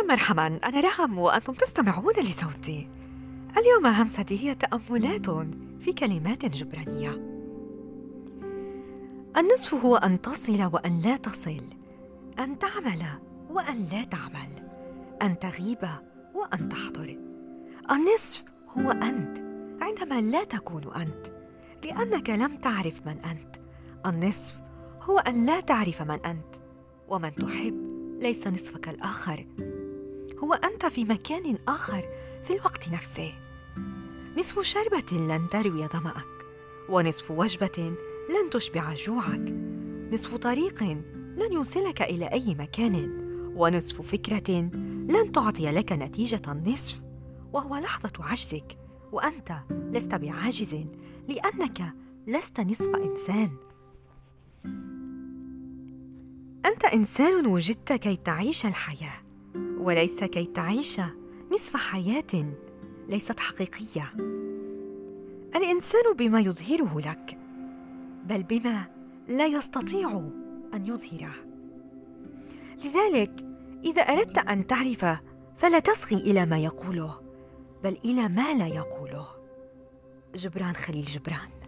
مرحبا، أنا رحم وأنتم تستمعون لصوتي. اليوم همستي هي تأملات في كلمات جبرانية. النصف هو أن تصل وأن لا تصل، أن تعمل وأن لا تعمل، أن تغيب وأن تحضر. النصف هو أنت عندما لا تكون أنت، لأنك لم تعرف من أنت. النصف هو أن لا تعرف من أنت، ومن تحب ليس نصفك الآخر، هو أنت في مكان آخر في الوقت نفسه. نصف شربة لن تروي ظمأك، ونصف وجبة لن تشبع جوعك، نصف طريق لن يوصلك إلى أي مكان، ونصف فكرة لن تعطي لك نتيجة النصف، وهو لحظة عجزك، وأنت لست بعاجز لأنك لست نصف إنسان. أنت إنسان وجدت كي تعيش الحياة، وليس كي تعيش نصف حياة ليست حقيقية. الإنسان بما يظهره لك، بل بما لا يستطيع أن يظهره. لذلك إذا أردت أن تعرف فلا تصغي إلى ما يقوله، بل إلى ما لا يقوله. جبران خليل جبران.